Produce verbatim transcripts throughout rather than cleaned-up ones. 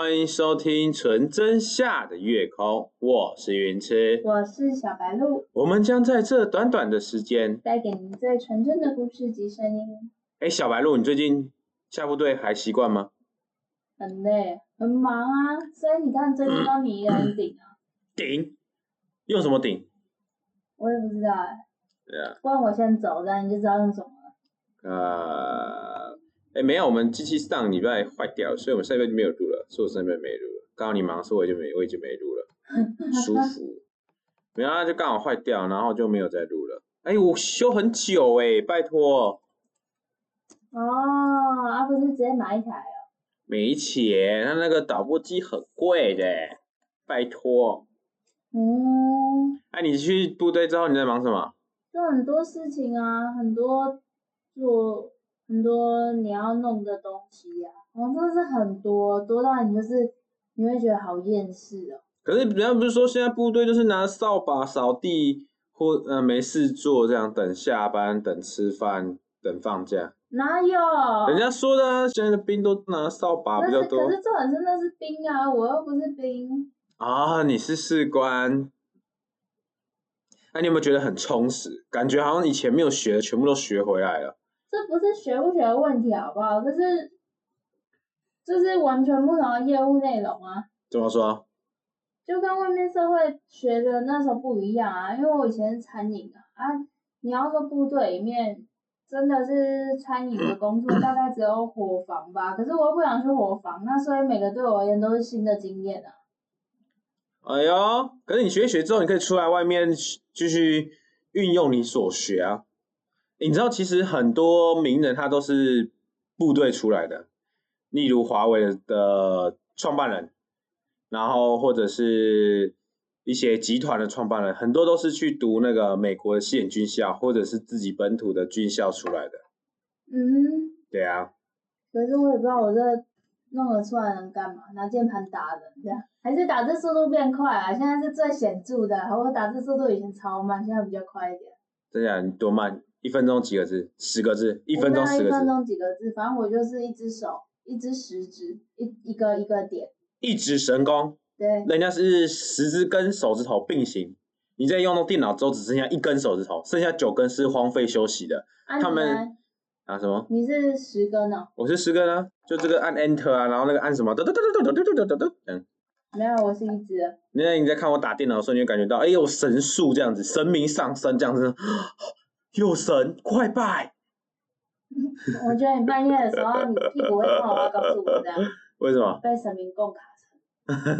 欢迎收听纯真下的月空，我是云痴， 我是小白鹿， 我们将在这短短的时间带给您最纯真的故事及声音。 哎，小白鹿，你最近下部队还习惯吗？ 很累，很忙啊，所以你看最近都你一个人顶啊。 顶？用什么顶？ 我也不知道哎、欸。 对啊。 不然我先走，这样你就知道用什么了。 呃，哎，没有，我们机器上礼拜坏掉，所以我们上礼拜就没有录了，所以我上礼拜没录了。刚好你忙，所以我就没，我已经没录了，舒服。没有啊，就刚好坏掉，然后就没有再录了。哎，我修很久哎，拜托。 哦，啊不是直接买一台哦？ 没钱，他那个导播机很贵的，拜托。 嗯。 哎、啊，你去部队之后你在忙什么？ 就很多事情啊，很多做很多你要弄的东西啊，哦，真的是很多，多到你就是你会觉得好厌世哦。 可是人家不是说现在部队就是拿扫把扫地，或呃没事做这样等下班、等吃饭、等放假？ 哪有？ 人家说的啊，现在的兵都拿扫把比较多。 可是重点是那是兵啊，我又不是兵。 啊，你是士官。那、啊、你有没有觉得很充实？感觉好像以前没有学的全部都学回来了。 这不是学不学的问题好不好？这是就是完全不同的业务内容啊。 怎么说？ 就跟外面社会学的那时候不一样啊，因为我以前是餐饮啊，啊，你要说部队里面真的是餐饮的工作，大概只有伙房吧，可是我又不想去伙房，那所以每个对我而言都是新的经验啊。 哎呦，可是你学一学之后，你可以出来外面继续运用你所学啊。你知道，其实很多名人他都是部队出来的，例如华为的创办人，然后或者是一些集团的创办人，很多都是去读那个美国的西点军校，或者是自己本土的军校出来的。 嗯。 对啊。 可是我也不知道我这弄得出来能干嘛？拿键盘打人这样，还是打字速度变快啊？现在是最显著的，我打字速度以前超慢，现在比较快一点。 真的？你多慢？一分钟几个字？十个字？一分钟十个字？ 一分钟几个字？反正我就是一只手，一只食指，一一个一个点。 一指神功。 对。 人家是十只根手指头并行，你在用到电脑之后只剩下一根手指头，剩下九根是荒废休息的。 啊、 他们啊什么？ 你是十根哦？ 我是十根啊，就这个按 Enter 啊，然后那个按什么？噔噔噔噔噔噔噔噔噔。嗯。 没有，我是一只。 那你在看我打电脑的时候，你就感觉到，哎呦神速这样子，神明上身这样子，有神快拜。 我觉得你半夜的时候，你屁股会痛，我要告诉我这样。 为什么？ 被神明供卡成。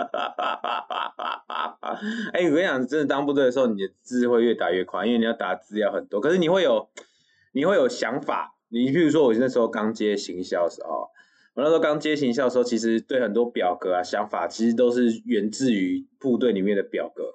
哎、欸，我跟你讲，真的当部队的时候，你的字会越打越快，因为你要打的资料很多。可是你会有，你会有想法。你譬如说，我那时候刚接行销的时候，我那时候刚接行销的时候，其实对很多表格啊、想法，其实都是源自于部队里面的表格。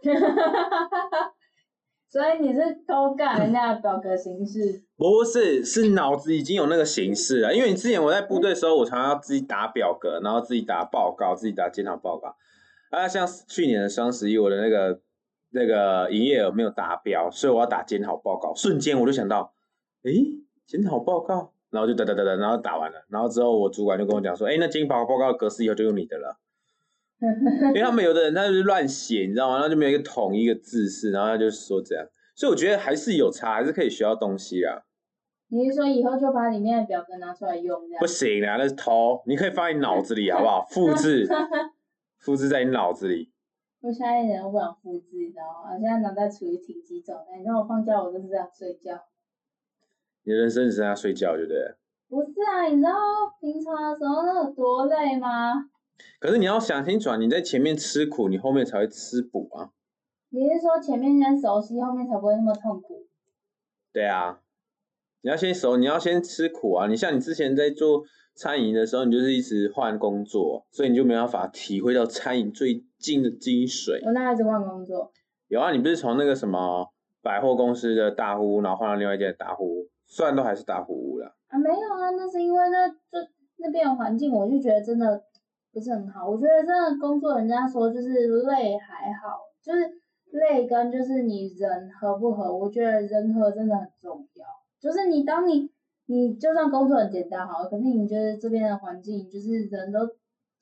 所以你是偷干人家的表格形式？ 不是，是脑子已经有那个形式了。因为你之前我在部队的时候，我常常要自己打表格，然后自己打报告，自己打检讨报告。啊，像去年的双十一，我的那个那个营业额没有达标，所以我要打检讨报告。瞬间我就想到，诶，检讨报告，然后就哒哒哒哒，然后打完了。然后之后我主管就跟我讲说，诶，那检讨报告的格式以后就用你的了。因为他们有的人他就是乱写，你知道吗？然后就没有一个统一的字式，然后他就说这样。所以我觉得还是有差，还是可以学到东西啊。 你是说以后就把里面的表格拿出来用这样？ 不行啊，那是偷。你可以放在你脑子里，好不好？复制，复制在你脑子里。 我现在一点都不想复制，你知道吗？我现在脑袋处于停机状态。你让我放假，我就是这样睡觉。 你的人生只剩下睡觉，对不对？ 不是啊，你知道平常的时候那有多累吗？ 可是你要想清楚啊，你在前面吃苦，你后面才会吃补啊。 你是说前面先熟悉，后面才不会那么痛苦？ 对啊，你要先熟，你要先吃苦啊。你像你之前在做餐饮的时候，你就是一直换工作，所以你就没办法体会到餐饮最近的精髓。 我哪一直换工作？ 有啊，你不是从那个什么百货公司的大户，然后换到另外一间的大户，虽然都还是大户屋啦。 啊，没有啊，那是因为那就那边的环境，我就觉得真的不是很好。我觉得真的工作，人家说就是累还好，就是累跟就是你人合不合，我觉得人和真的很重要。就是你当你你就算工作很简单好，可是你觉得这边的环境就是人都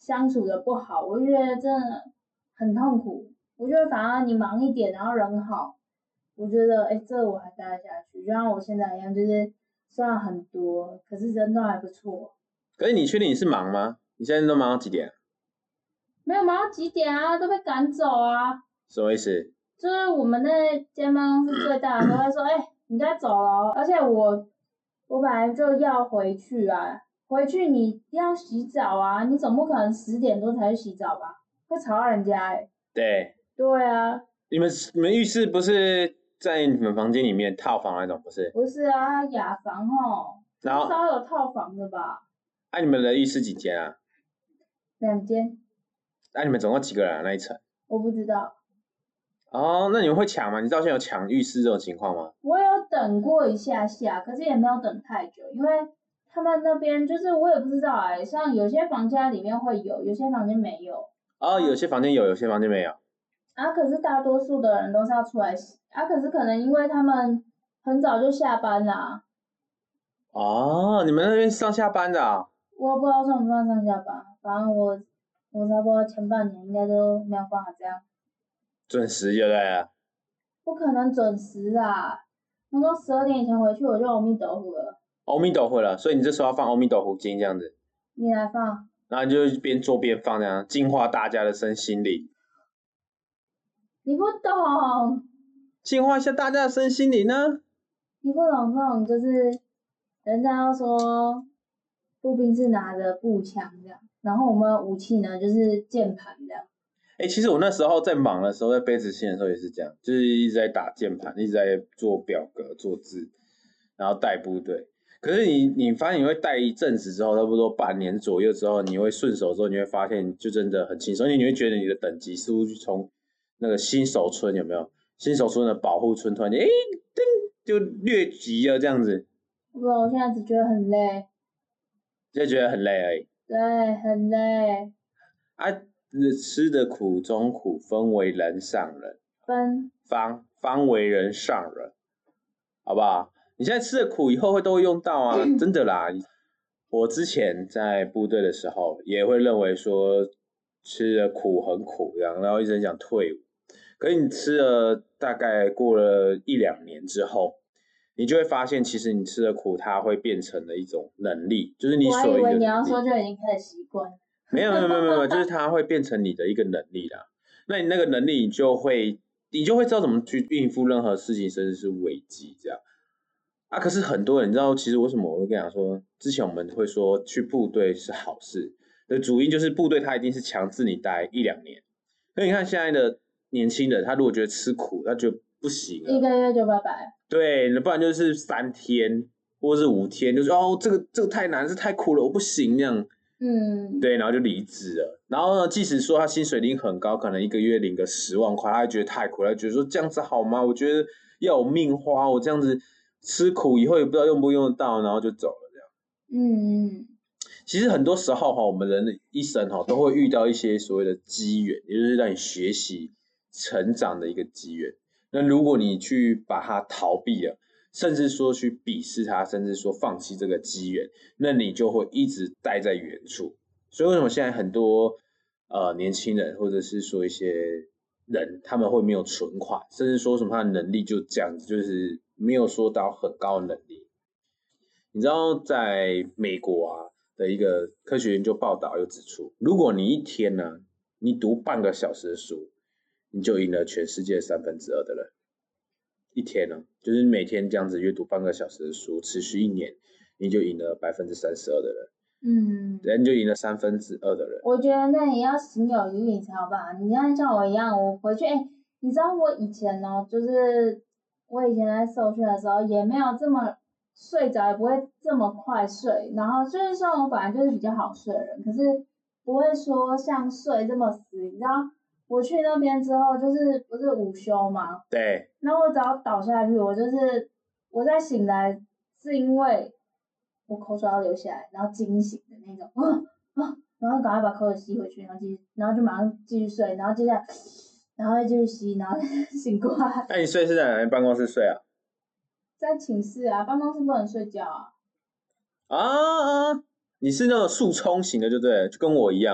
相处的不好，我就觉得真的很痛苦。我觉得反而你忙一点，然后人好，我觉得哎，这我还待得下去。就像我现在一样，就是虽然很多，可是人都还不错。 可是你确定你是忙吗？你现在都忙到几点？ 没有忙到几点啊，都被赶走啊。 什么意思？ 就是我们那间办公室最大的都会说，哎、欸，你该走了哦。而且我我本来就要回去啊，回去你要洗澡啊，你总不可能十点多才去洗澡吧？会吵到人家哎、欸。 对。 对啊。 你们你们浴室不是在你们房间里面套房那种不是？ 不是啊，雅房哦，至少有套房的吧？ 那、啊、你们的浴室几间啊？ 两间。 那、啊、你们总共几个人啊？那一层？ 我不知道。 哦，那你们会抢吗？你知道现在有抢浴室这种情况吗？ 我有等过一下下，可是也没有等太久，因为他们那边就是我也不知道哎、欸，像有些房间里面会有，有些房间没有。 哦，有些房间有，有些房间没有。 啊，可是大多数的人都是要出来洗，啊，可是可能因为他们很早就下班啦。 哦，你们那边上下班的啊？ 我不知道算不算上下班，反正我我差不多前半年应该都没有办法这样。 准时就对了。 不可能准时啦，能够十二点以前回去我就阿弥陀佛了。 阿弥陀佛了，所以你这时候要放阿弥陀佛经这样子。 你来放。 然后你就边做边放这样，净化大家的身心灵。 你不懂。 净化一下大家的身心灵呢？ 你不懂这种就是人家要说步兵是拿着步枪这样，然后我们武器呢就是键盘这样。 哎、欸，其实我那时候在忙的时候，在背执行的时候也是这样，就是一直在打键盘，一直在做表格、做字，然后带部队。可是你你发现你会带一阵子之后，差不多半年左右之后，你会顺手之后，你会发现就真的很轻松，而且你会觉得你的等级似乎从那个新手村有没有？新手村的保护村突然间哎，叮就略级了这样子。 不，我现在只觉得很累。 就觉得很累而已。 对，很累。 啊，吃的苦中苦，方为人上人。 分方方为人上人，好不好？你现在吃的苦，以后会都会用到啊，真的啦。我之前在部队的时候，也会认为说吃的苦很苦这样，然后一直很想退伍。可是你吃了大概过了一两年之后，你就会发现，其实你吃的苦，它会变成了一种能力，就是你我还以所有的能力。 为你要说就已经开始习惯。 没有没有没有没有，就是它会变成你的一个能力啦。那你那个能力，你就会你就会知道怎么去应付任何事情，甚至是危机这样。啊，可是很多人你知道，其实为什么我会跟你讲说，之前我们会说去部队是好事的主因，就是部队它一定是强制你待一两年。那你看现在的年轻人，他如果觉得吃苦，他就不行了， 一个月就拜拜。 对，不然就是三天或是五天，就是哦，这个这个太难，这太苦了，我不行这样。 嗯， 对，然后就离职了。然后呢，即使说他薪水领很高，可能一个月领个十万块，他还觉得太苦了，他觉得说这样子好吗？我觉得要有命花，我这样子吃苦以后也不知道用不用得到，然后就走了这样。 嗯， 其实很多时候哈，我们人的一生哈都会遇到一些所谓的机缘，也就是让你学习成长的一个机缘。那如果你去把它逃避了，甚至说去鄙视它，甚至说放弃这个机缘，那你就会一直待在原处。所以为什么现在很多呃年轻人或者是说一些人，他们会没有存款，甚至说什么他的能力就这样子，就是没有说到很高的能力。你知道在美国啊的一个科学研究报道有指出，如果你一天呢，你读半个小时的书，你就赢了全世界三分之二的人。一天呢，就是每天这样子阅读半个小时的书，持续一年，你就赢了百分之三十二的人。 嗯， 人就赢了三分之二的人。 我觉得那你要行有余力才有办法。你要像我一样，我回去，哎、欸，你知道我以前哦，就是我以前在受训的时候，也没有这么睡着，也不会这么快睡。然后就是说我本来就是比较好睡的人，可是不会说像睡这么死。你知道，我去那边之后，就是不是午休吗？ 对。 然后我只要倒下去，我就是我再醒来，是因为我口水要流下来，然后惊醒的那种，啊啊，然后赶快把口水吸回去，然后继续，然后就马上继续睡，然后接下来，然后再继续吸，然后醒过来。 那你睡是在哪边办公室睡啊？ 在寝室啊，办公室不能睡觉啊。 啊啊，你是那种速冲型的，就对了，就跟我一样。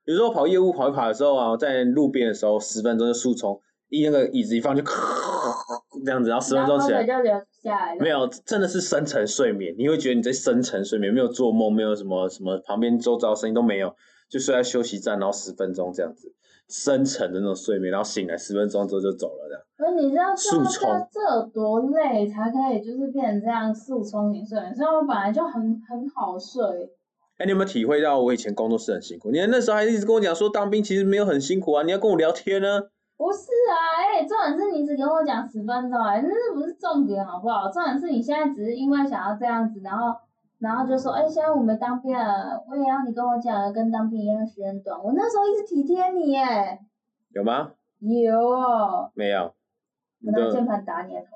有时候跑业务跑一跑的时候啊，在路边的时候，十分钟就速冲，一那个椅子一放就这样子，然后十分钟起来， 就流下来了。 没有，真的是深层睡眠，你会觉得你在深层睡眠，没有做梦，没有什么什么旁边周遭声音都没有，就睡在休息站，然后十分钟这样子，深层的那种睡眠，然后醒来十分钟之后就走了这样。 可是你知道速冲这有多累才可以就是变成这样速冲型睡眠？所以我本来就很很好睡。 哎、欸，你有没有体会到我以前工作是很辛苦？你那时候还一直跟我讲说当兵其实没有很辛苦啊，你要跟我聊天呢。 不是啊，哎、欸，重点是你只跟我讲十分钟，哎，那是不是重点好不好？重点是你现在只是因为想要这样子，然后然后就说，哎、欸，现在我们当兵了，我也要你跟我讲跟当兵一样时间短。我那时候一直体贴你，哎， 有吗？ 有哦。 没有。 我拿键盘打你的头。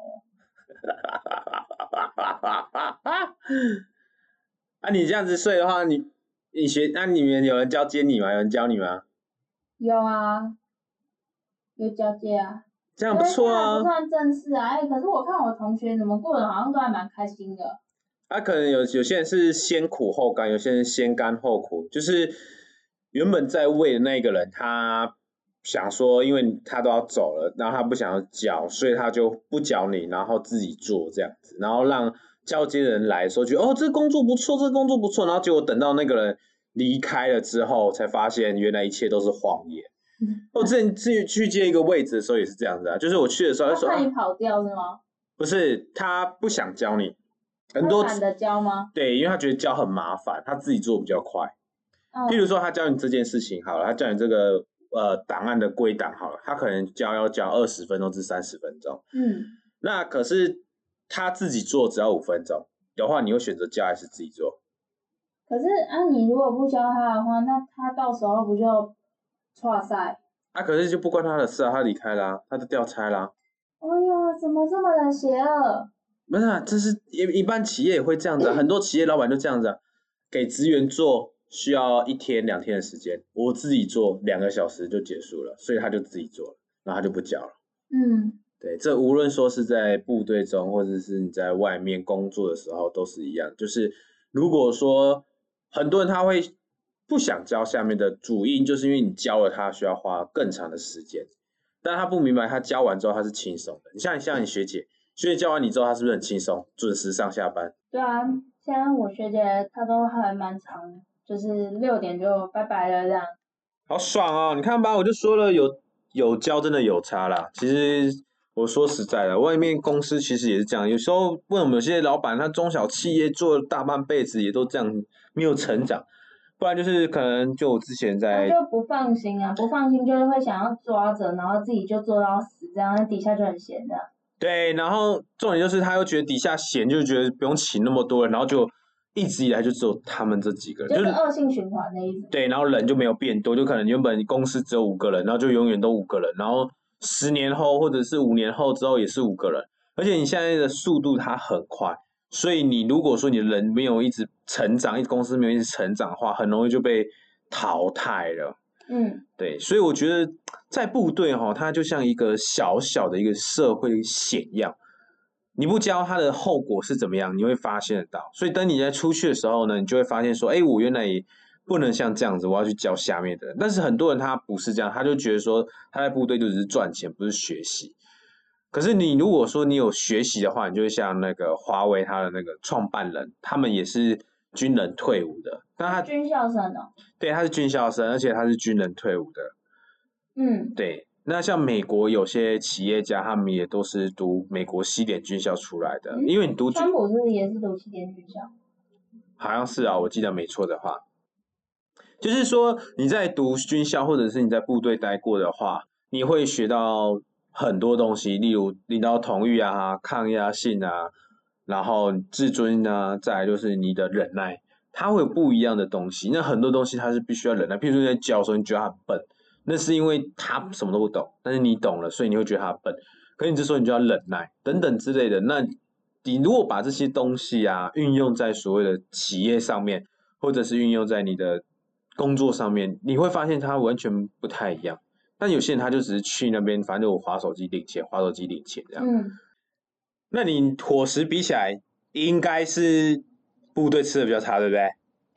啊，你这样子睡的话，你你学那、啊、你们有人教接你吗？有人教你吗？ 有啊，有交接啊。 这样不错啊。 不算正式啊，哎、欸，可是我看我同学怎么过得好像都还蛮开心的。 啊，可能有有些人是先苦后甘，有些人先甘后苦，就是原本在位的那个人，他想说，因为他都要走了，然后他不想要教，所以他就不教你，然后自己做这样子，然后让交接的人来的时候觉得哦，这个工作不错，这个工作不错，然后结果等到那个人离开了之后，才发现原来一切都是谎言。我之前去去接一个位置的时候也是这样子啊，就是我去的时候他说， 他怕你跑掉是吗？ 不是，他不想教你。很多他懒得教吗？ 对，因为他觉得教很麻烦，他自己做比较快。 嗯、 譬如说，他教你这件事情好了，他教你这个呃档案的归档好了，他可能教要教二十分钟至三十分钟。 嗯。 那可是他自己做只要五分钟的话，你会选择教还是自己做？ 可是啊，你如果不教他的话，那他到时候不就挫赛？ 啊，可是就不关他的事啊，他离开啦，他就调差啦。 哎呦，怎么这么的邪恶？ 不是啊，这是一一般企业也会这样子啊，很多企业老板就这样子啊，给职员做需要一天两天的时间，我自己做两个小时就结束了，所以他就自己做了，然后他就不教了。 嗯， 对，这无论说是在部队中，或者是你在外面工作的时候，都是一样。就是如果说很多人他会不想教下面的主因，就是因为你教了他需要花更长的时间，但他不明白他教完之后他是轻松的。你像像你学姐。学姐教完你之后，她是不是很轻松，准时上下班？ 对啊，现在我学姐她都还蛮长，就是六点就拜拜了这样。 好爽哦！你看吧，我就说了，有有教真的有差啦。其实我说实在的，外面公司其实也是这样。有时候为什么有些老板他中小企业做了大半辈子也都这样，没有成长？不然就是可能就我之前在， 他就不放心啊，不放心就是会想要抓着，然后自己就做到死，这样那底下就很闲的。 对，然后重点就是他又觉得底下闲，就觉得不用请那么多人，然后就一直以来就只有他们这几个人， 就是恶性循环的意思。 对，然后人就没有变多，就可能原本公司只有五个人，然后就永远都五个人，然后十年后或者是五年后之后也是五个人，而且你现在的速度它很快，所以你如果说你的人没有一直成长，一公司没有一直成长的话，很容易就被淘汰了。 嗯， 对，所以我觉得在部队哈，它就像一个小小的一个社会险样，你不教它的后果是怎么样，你会发现得到。所以等你在出去的时候呢，你就会发现说，哎，我原来也不能像这样子，我要去教下面的人。但是很多人他不是这样，他就觉得说他在部队就只是赚钱，不是学习。可是你如果说你有学习的话，你就会像那个华为他的那个创办人，他们也是军人退伍的。那他军校生哦。 对，他是军校生，而且他是军人退伍的。 嗯， 对。那像美国有些企业家，他们也都是读美国西点军校出来的，嗯、因为你读川普是不是也是读西点军校？ 好像是啊，我记得没错的话，就是说你在读军校或者是你在部队待过的话，你会学到很多东西，例如领导统御啊、抗压性啊，然后自尊啊，再来就是你的忍耐，它会有不一样的东西。那很多东西它是必须要忍耐，譬如说你在教的时候，你觉得他很笨。那是因为他什么都不懂，但是你懂了，所以你会觉得他笨。可是你这时候你就要忍耐等等之类的。那你如果把这些东西啊运用在所谓的企业上面，或者是运用在你的工作上面，你会发现它完全不太一样。但有些人他就只是去那边，反正我滑手机领钱，滑手机领钱这样。 嗯。 那你伙食比起来，应该是部队吃的比较差，对不对？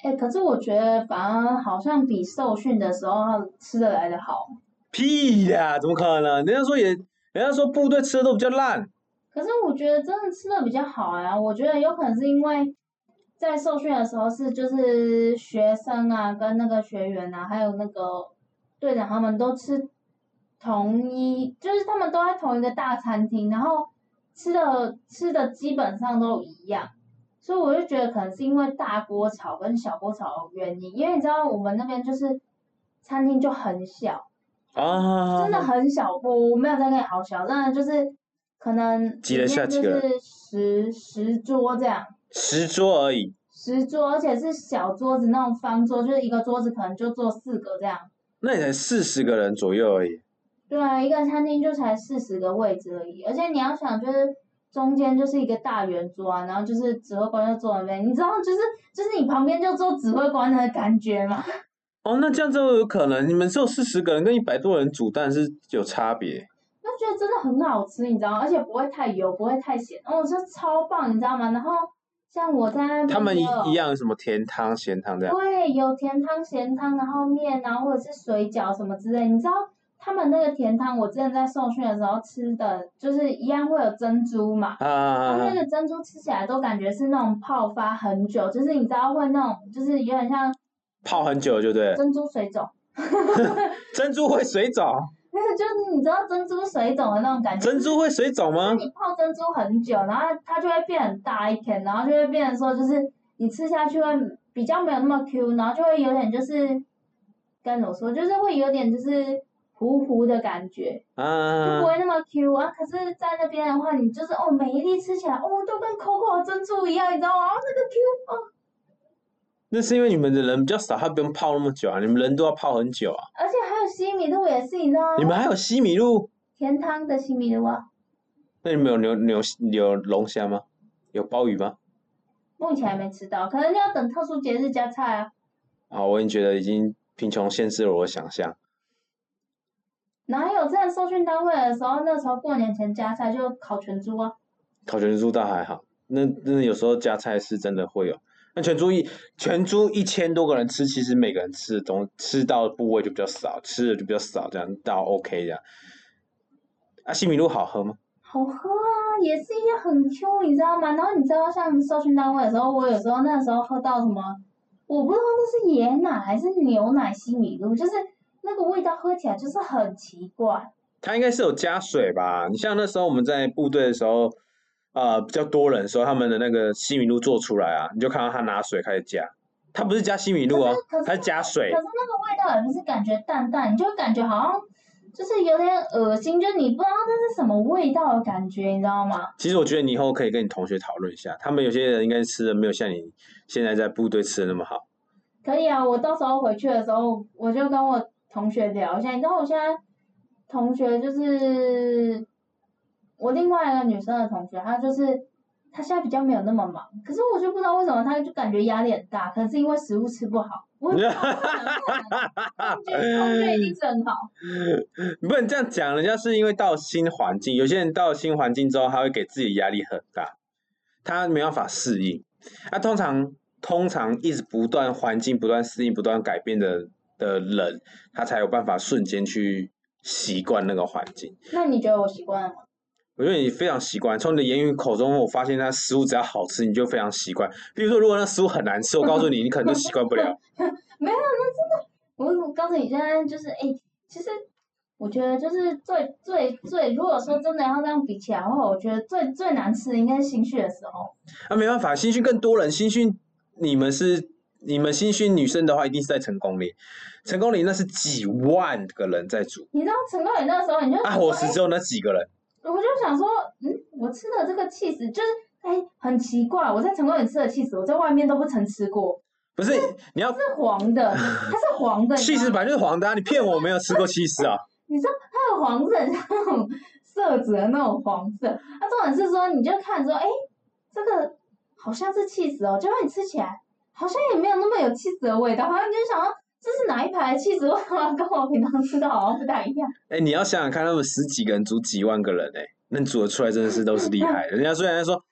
哎、可是我觉得反而好像比受训的时候吃的来的好。 屁呀，怎么可能？人家说也，人家说部队吃的都比较烂。 可是我觉得真的吃的比较好啊，我觉得有可能是因为在受训的时候是就是学生啊跟那个学员啊，还有那个队长他们都吃同一，就是他们都在同一个大餐厅，然后吃的吃的基本上都一样，所以我就觉得可能是因为大锅炒跟小锅炒的原因，因为你知道我们那边就是餐厅就很小， 啊， 真的很小，我我没有在跟你好小，真的就是可能挤得里下几个人？ 面就是十十桌这样， 十桌而已， 十桌，而且是小桌子那种方桌，就是一个桌子可能就坐四个这样。 那也才四十个人左右而已。 对啊，一个餐厅就才四十个位置而已，而且你要想就是中间就是一个大圆桌啊，然后就是指挥官就坐那边，你知道就是就是你旁边就坐指挥官的感觉吗？ 哦，那这样就有可能，你们只有四十个人跟一百多人煮，但是有差别。 那觉得真的很好吃，你知道吗？而且不会太油，不会太咸，哦，这超棒，你知道吗？然后像我在那他们一边也有一样什么甜汤、咸汤这样。 对，有甜汤、咸汤，然后面啊，或者是水饺什么之类。你知道他们那个甜汤，我之前在受训的时候吃的，就是一样会有珍珠嘛。然后那啊， 个珍珠吃起来都感觉是那种泡发很久，就是你知道会那种，就是有点像泡很久就对了。 珍珠水肿， 珍珠会水肿？ 那个就是你知道珍珠水肿的那种感觉。 珍珠会水肿吗？ 你泡珍珠很久，然后它就会变很大一片，然后就会变成说，就是你吃下去会比较没有那么 Q，然后就会有点就是该怎么说，就是会有点就是糊糊的感觉，就不啊， 会那么 Q 啊。可是，在那边的话，你就是哦，每一粒吃起来哦，都跟 Coco 的珍珠一样，你知道吗？哦，那个 Q 哦， 那是因为你们的人比较少，他不用泡那么久啊，你们人都要泡很久啊。 而且还有西米露也是，你知道吗？ 你们还有西米露？ 甜汤的西米露啊， 那你们有牛牛有龙虾吗？有鲍鱼吗？ 目前还没吃到，可能要等特殊节日加菜啊。 啊，我已经觉得已经贫穷限制了我的想象。 哪有在受训单位的时候，那时候过年前加菜就烤全猪啊。 烤全猪倒还好，那那有时候加菜是真的会有。那全猪一全猪一千多个人吃，其实每个人吃的东吃到的部位就比较少，吃的就比较少，这样倒 OK 这样。啊，西米露好喝吗？ 好喝啊，也是一样很 Q，你知道吗？然后你知道像受训单位的时候，我有时候那时候喝到什么，我不知道那是椰奶还是牛奶西米露，就是那个味道喝起来就是很奇怪。 它应该是有加水吧？你像那时候我们在部队的时候，呃，比较多人的时候，他们的那个西米露做出来啊，你就看到他拿水开始加，他不是加西米露哦， 可是他是加水可。是那个味道也不是感觉淡淡，你就感觉好像就是有点恶心，就是你不知道这是什么味道的感觉，你知道吗？ 其实我觉得你以后可以跟你同学讨论一下，他们有些人应该吃的没有像你现在在部队吃的那么好。 可以啊，我到时候回去的时候，我就跟我同学聊一下。你知道我现在同学就是我另外一个女生的同学，她就是她现在比较没有那么忙，可是我就不知道为什么，她就感觉压力很大，可能是因为食物吃不好。我也不知道为什么，同学同学一定是很好。 你不能这样讲，人家是因为到新环境，有些人到新环境之后，他会给自己压力很大，他没办法适应。那、通常通常一直不断环境不断适应、不断改变的的人，他才有办法瞬间去习惯那个环境。 那你觉得我习惯了吗？ 我觉得你非常习惯，从你的言语口中，我发现它食物只要好吃，你就非常习惯。比如说，如果那食物很难吃，我告诉你，你可能就习惯不了。 没有，那真的，我我告诉你，现在就是哎、欸，其实我觉得就是最最最，如果说真的要这样比起来的话，我觉得最最难吃的应该是新训的时候。 啊，没办法，新训更多人，新训你们是你们新训女生的话，一定是在成功里，成功里那是几万个人在煮， 你知道陈高远那个时候，你就啊， 想说，哎、 伙食只有那几个人。 我就想说，嗯，我吃的这个 cheese 就是，哎、很奇怪，我在成功远吃的 cheese，我在外面都不曾吃过， 不是你要是黄的，它是黄的， 气势本来就是黄的、啊，你骗我没有吃过气势啊？ 你知道它的黄是很像那种色泽的那种黄色，它、啊、重点是说，你就看说，哎、这个好像是 cheese 哦，结果你吃起来好像也没有那么有 cheese 的味道，好像你就想到这是哪一排的 cheese，为什么跟我平常吃的好像不太一样？ 哎、欸，你要想想看，他们十几个人煮几万个人、欸，哎，能煮得出来真的是都是厉害的。人家虽然说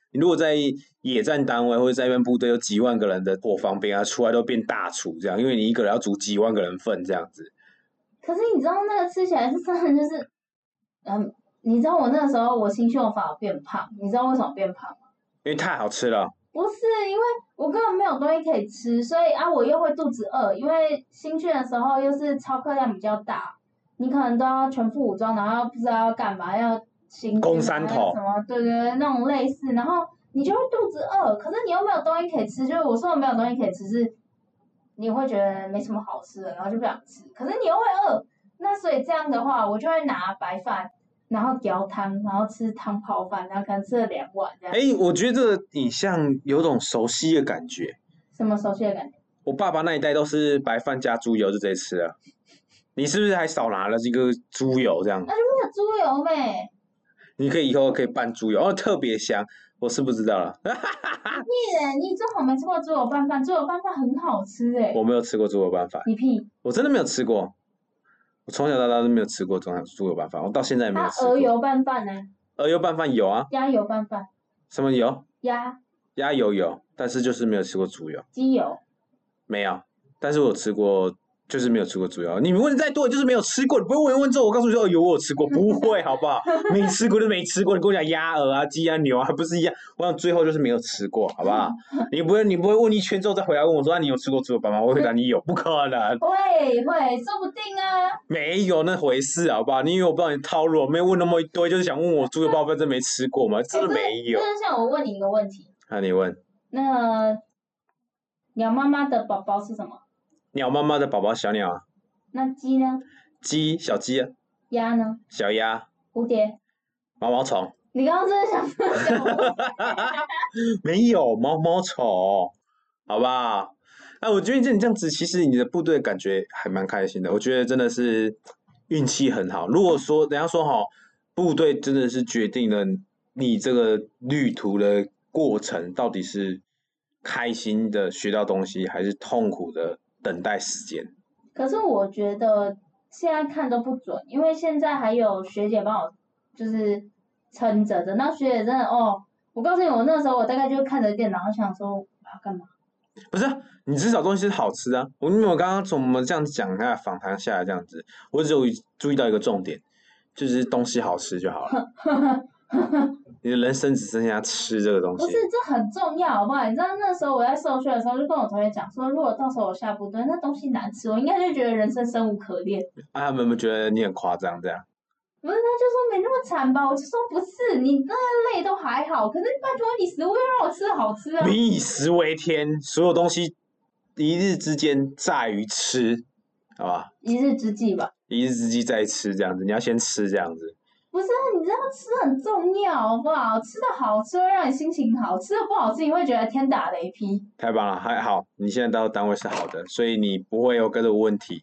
你如果在野战单位或者在一边部队有几万个人的伙房兵啊，出来都变大厨这样，因为你一个人要煮几万个人份这样子。 可是你知道那个吃起来是真的就是，嗯，你知道我那个时候我新训我反而变胖，你知道为什么变胖吗？ 因为太好吃了。 不是，因为我根本没有东西可以吃，所以啊我又会肚子饿，因为新训的时候又是操课量比较大，你可能都要全副武装，然后不知道要干嘛，要行攻山头什么，对对对，那种类似，然后你就会肚子饿，可是你又没有东西可以吃，就是我说的没有东西可以吃是，你会觉得没什么好吃的，然后就不想吃，可是你又会饿，那所以这样的话，我就会拿白饭。然后舀汤，然后吃汤泡饭，然后可能吃了两碗这样。 哎，我觉得这个影像有种熟悉的感觉。 什么熟悉的感觉？ 我爸爸那一代都是白饭加猪油就直接吃了，你是不是还少拿了这个猪油这样？ 那就没有猪油呗。 你可以以后可以拌猪油，哦，特别香。我是不知道了。 屁嘞！你最好没吃过猪油拌饭，猪油拌饭很好吃哎。 我没有吃过猪油拌饭。 你屁！ 我真的没有吃过。我从小到大都没有吃过猪油拌饭，我到现在也没有吃过。 鹅油拌饭呢？ 鹅油拌饭有啊。 鸭油拌饭。 什么油？ 鸭。 鸭油有，但是就是没有吃过猪油。 鸡油。 没有，但是我吃过，就是没有吃过猪油。你们问的再多，就是没有吃过。你不会问问之后，我告诉你说，哦，有我有吃过，不会，好不好？没吃过就没吃过。你跟我讲鸭鹅啊、鸡啊、牛啊，还不是一样？我想最后就是没有吃过，好不好？你不会，你不会问一圈之后再回来问我说，啊，你有吃过猪油拌饭吗？我会回答你有，不可能。 会会，说不定啊。 没有那回事，好不好？你以为我不知道你套路，没有问那么一堆，就是想问我猪油拌饭真没吃过吗？真的没有。 就是像我问你一个问题。 那你问。 那鸟妈妈的宝宝是什么？ 鸟妈妈的宝宝小鸟啊。 那鸡呢？ 鸡，小鸡啊。 鸭呢？ 小鸭。 蝴蝶。 毛毛虫。 你刚刚真的想说没有毛毛虫，好不好？哎，我觉得你这样子，其实你的部队感觉还蛮开心的。我觉得真的是运气很好。如果说人家说哈，部队真的是决定了你这个旅途的过程到底是开心的学到东西，还是痛苦的等待时间。 可是我觉得现在看都不准，因为现在还有学姐帮我就是撑着，等到学姐真的哦，我告诉你，我那时候我大概就看着电脑，想说我要干嘛？ 不是、啊，你至少东西是好吃啊！我因为我刚刚从我们这样讲下访谈下来这样子，我只有注意到一个重点，就是东西好吃就好了。你的人生只剩下吃这个东西。 不是，这很重要，好不好？你知道那时候我在受训的时候，就跟我同学讲说，如果到时候我下部队，那东西难吃，我应该就觉得人生生无可恋。 啊，他们有没有觉得你很夸张这样？ 不是，他就说没那么惨吧，我就说不是，你那累都还好，可是拜托你食物要让我吃的好吃啊。 民以食为天，所有东西一日之间在于吃，好吧？ 一日之计吧。 一日之计在吃，这样子，你要先吃这样子。 不是，你知道吃很重要，好不好？吃的好吃会让你心情好，吃的不好吃你会觉得天打雷劈。 太棒了，还好你现在到单位是好的，所以你不会有这个问题。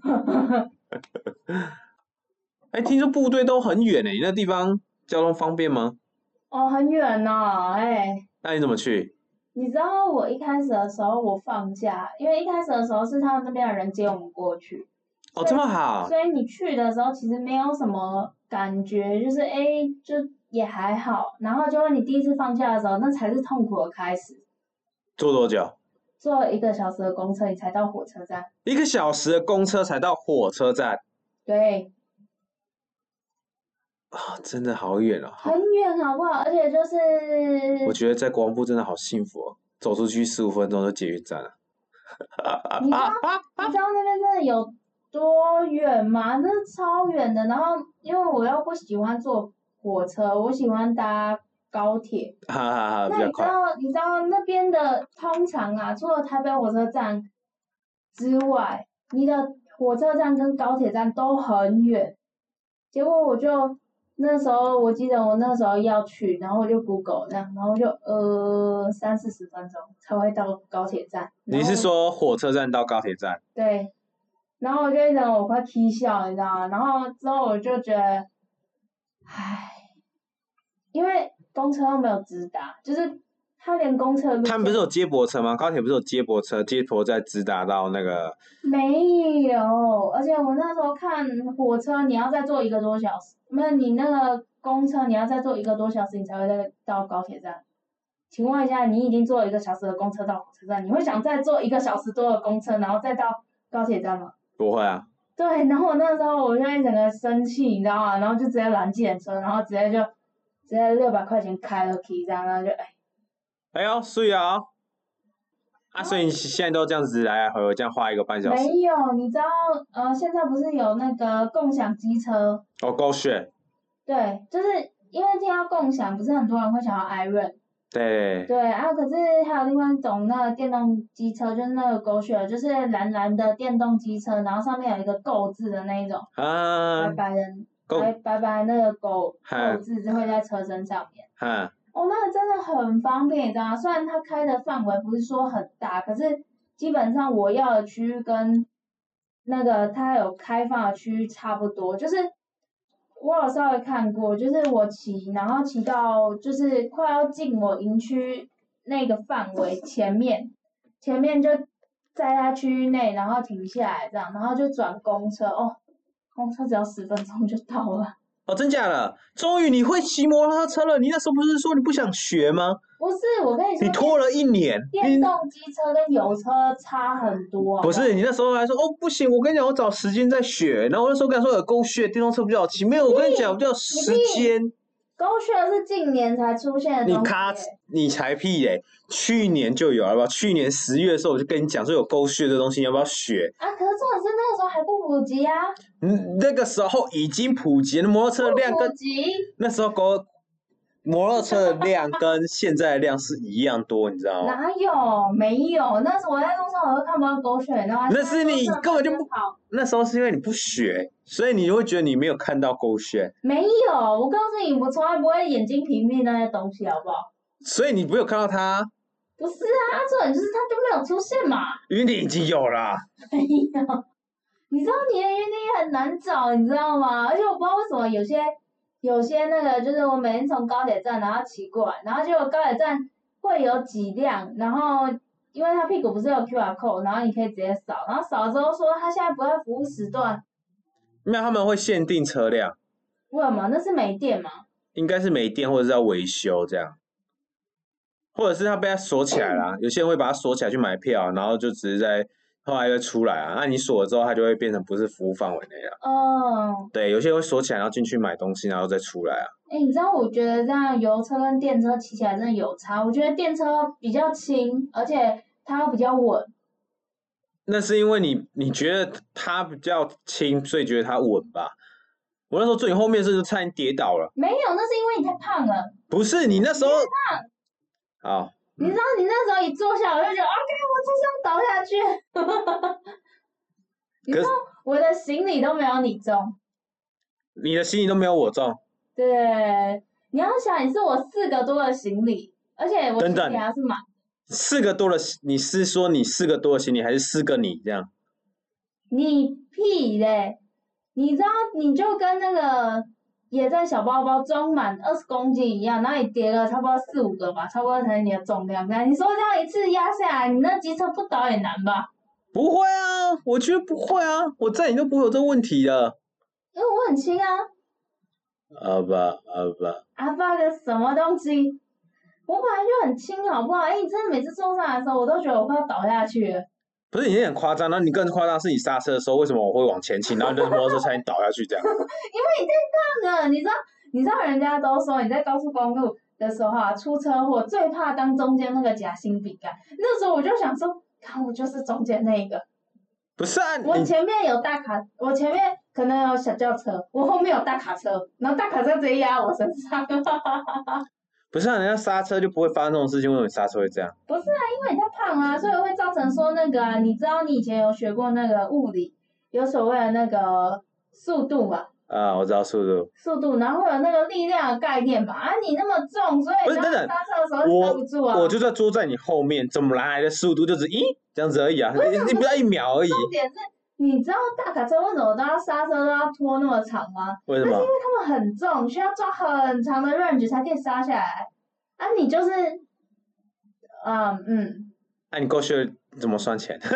哎，听说部队都很远诶，你那地方交通方便吗？ 哦，很远呢，哎。 那你怎么去？ 你知道我一开始的时候我放假，因为一开始的时候是他们那边的人接我们过去。 哦，这么好。 所以你去的时候其实没有什么感觉，就是哎，就也还好。然后就你第一次放假的时候，那才是痛苦的开始。 坐多久？ 坐一个小时的公车，你才到火车站。 一个小时的公车才到火车站。 对。 啊，真的好远哦。 很远，好不好？而且就是， 我觉得在国防部真的好幸福哦，走出去十五分钟就捷运站了。 你知道，你知道那边真的有多远吗？真的超远的。然后，因为我又不喜欢坐火车，我喜欢搭高铁。 哈哈哈， 那你知道，你知道那边的通常啊，除了台北火车站之外，你的火车站跟高铁站都很远。结果我就那时候，我记得我那时候要去，然后我就 Google 这样，然后就呃三四十分钟才会到高铁站。 你是说火车站到高铁站？ 对。然后我就一整我快啼笑，你知道吗？然后之后我就觉得，唉，因为公车又没有直达，就是他连公车路。 他们不是有接驳车吗？高铁不是有接驳车，接驳再直达到那个？ 没有，而且我那时候看火车，你要再坐一个多小时，没有你那个公车，你要再坐一个多小时，你才会再到高铁站。 请问一下，你已经坐了一个小时的公车到火车站，你会想再坐一个小时多的公车，然后再到高铁站吗？ 不会啊。 对，然后我那时候我就一整个生气，你知道吗？然后就直接拦计程车，然后直接就直接六百块钱开了 key 这样，然后就哎。 哎呦，睡啊！啊，所以你现在都这样子来来回回这样花一个半小时？ 没有，你知道呃，现在不是有那个共享机车？ 哦，GoShare。 对，就是因为听到共享，不是很多人会想要 iRent。 对。 对啊，可是还有另外一种那个电动机车，就是那个 GoShare，就是蓝蓝的电动机车，然后上面有一个购字的那一种， 啊。 白白的，白白白那个狗哈购字就会在车身上面。 哈。 哦，那个真的很方便，你知道吗？虽然它开的范围不是说很大，可是基本上我要的区域跟那个它有开放的区域差不多，就是我有稍微看过，就是我骑，然后骑到就是快要进我营区那个范围前面，前面就在它区域内，然后停下来这样，然后就转公车，哦，公车只要十分钟就到了。 哦，真假的？终于你会骑摩托车了？你那时候不是说你不想学吗？ 不是，我跟你说， 你拖了一年。 电动机车跟油车差很多啊。 不是，你那时候还说哦不行，我跟你讲，我找时间再学。然后我那时候跟他说有GoShare电动车比较好骑，没有，我跟你讲，我就有时间。 GoShare是近年才出现的东西。 你卡，你才屁嘞！去年就有，好不好？去年十月的时候我就跟你讲说有GoShare的东西，你要不要学？ 啊，可是重点是那个时候还不普及啊。 嗯，那个时候已经普及了，摩托车的量跟那时候 Go 摩托车的量跟现在的量是一样多，你知道吗？ 哪有？没有，那时候我在路上我都看不到GoShare，然后那是你根本就不好。 那时候是因为你不学，所以你会觉得你没有看到GoShare。 没有，我告诉你，我从来不会眼睛屏蔽那些东西，好不好？ 所以你没有看到它。 不是啊，重点就是它就没有出现嘛。 云顶已经有了。 没有，你知道你的云顶很难找，你知道吗？而且我不知道为什么有些有些那个，就是我每天从高铁站然后骑过来，然后结果高铁站会有几辆，然后因为它屁股不是有 Q R code， 然后你可以直接扫，然后扫了之后说它现在不在服务时段。 那他们会限定车辆。 为什么？那是没电吗？ 应该是没电或者是要维修这样，或者是他被他锁起来了、嗯。有些人会把它锁起来去买票，然后就只是在后来又出来啊。那你锁了之后，它就会变成不是服务范围内了。 哦。 对，有些人会锁起来，然后进去买东西，然后再出来啊。 哎，你知道我觉得这样油车跟电车骑起来真的有差。我觉得电车比较轻，而且它比较稳。 那是因为你你觉得它比较轻，所以觉得它稳吧？我那时候坐你后面是差点跌倒了。 没有，那是因为你太胖了。 不是你那时候。 你太胖。 好。 你知道你那时候一坐下，我就觉得啊，看我就这样倒下去。你知道我的行李都没有你重。 你的行李都没有我重。 对，你要想你是我四个多的行李，而且我行李还是满。 四个多的，你是说你四个多的行李，还是四个你这样？ 你屁嘞！你知道你就跟那个野战小包包装满二十公斤一样，然后你叠了差不多四五个吧，差不多才是你的重量。那你说这样一次压下来，你那机车不倒也难吧？ 不会啊，我觉得不会啊，我载你都不会有这个问题的。 因为我很轻啊。 阿爸阿爸。 阿爸个什么东西？我本来就很轻，好不好？哎、欸，你真的每次坐上来的时候，我都觉得我快要倒下去了。 不是你有点夸张，然后你更夸张是你刹车的时候，为什么我会往前倾，然后你的摩托车差点倒下去这样？ 因为你太胖了，你知道，你知道人家都说你在高速公路的时候啊，出车祸最怕当中间那个夹心饼干。那时候我就想说，看我就是中间那一个。 不是啊， 我前面有大卡，我前面可能有小轿车，我后面有大卡车，然后大卡车直接压我身上。 不是啊，人家刹车就不会发生这种事情，为什么你刹车会这样？ 不是啊，因为你太胖啊，所以会造成说那个啊，你知道你以前有学过那个物理，有所谓的那个速度吧？ 啊，我知道速度。 速度，然后会有那个力量的概念嘛？啊，你那么重，所以你刹车的时候刹不住啊。 我我就在坐在你后面，怎么来的速度就只咦这样子而已啊，你你不到一秒而已。 重点是，你知道大卡车为什么都要刹车都要拖那么长吗？ 为什么？ 那是因为他们很重，需要抓很长的 range 才可以刹下来。啊，你就是，嗯嗯。 那、啊、你GoShare怎么算钱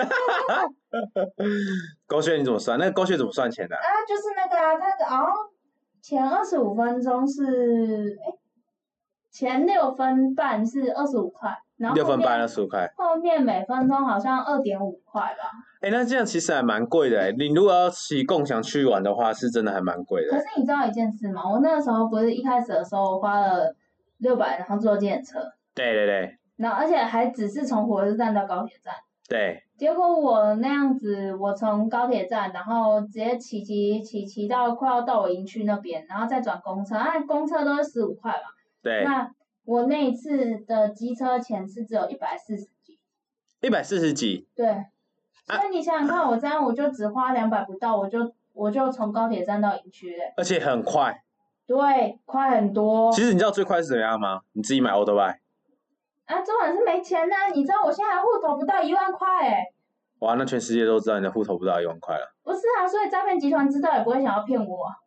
？GoShare 你怎么算？那个GoShare怎么算钱的、啊？ 啊，就是那个啊，它哦，前二十五分钟是哎， 前六分半是二十五块，然后六分半二十五块， 后面每分钟好像二点五块吧。 哎、欸，那这样其实还蛮贵的哎。你如果要骑共享去玩的话，是真的还蛮贵的。 可是你知道一件事吗？我那个时候不是一开始的时候花了六百，然后坐计程车。 对对对。 然后而且还只是从火车站到高铁站。 对。 结果我那样子，我从高铁站，然后直接骑骑骑骑到快要到我营区那边，然后再转公车，啊，公车都是十五块嘛。 对。 那我那一次的机车钱是只有一百四十几。 一百四十几。 对。所以你想想看，我这样我就只花两百不到，我就我就从高铁站到营区嘞。 而且很快。 对，快很多。 其实你知道最快是怎么样吗？你自己买 Autobike。 啊，重点是没钱呐、啊！你知道我现在户头不到一万块哎。 哇，那全世界都知道你的户头不到一万块了。 不是啊，所以诈骗集团知道也不会想要骗我、啊。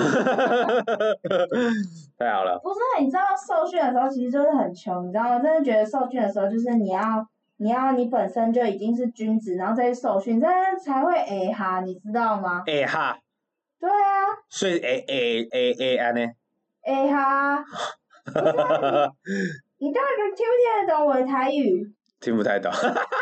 太好了。 不是，你知道受训的时候其实就是很穷，你知道吗？真的觉得受训的时候就是你要你要你本身就已经是军职，然后再去受训，这样才会哎哈，你知道吗？ 哎哈。 对啊。 所以哎哎哎哎安呢？ 哎哈。不是啊，你你到底听不听得懂我的台语？ 听不太懂。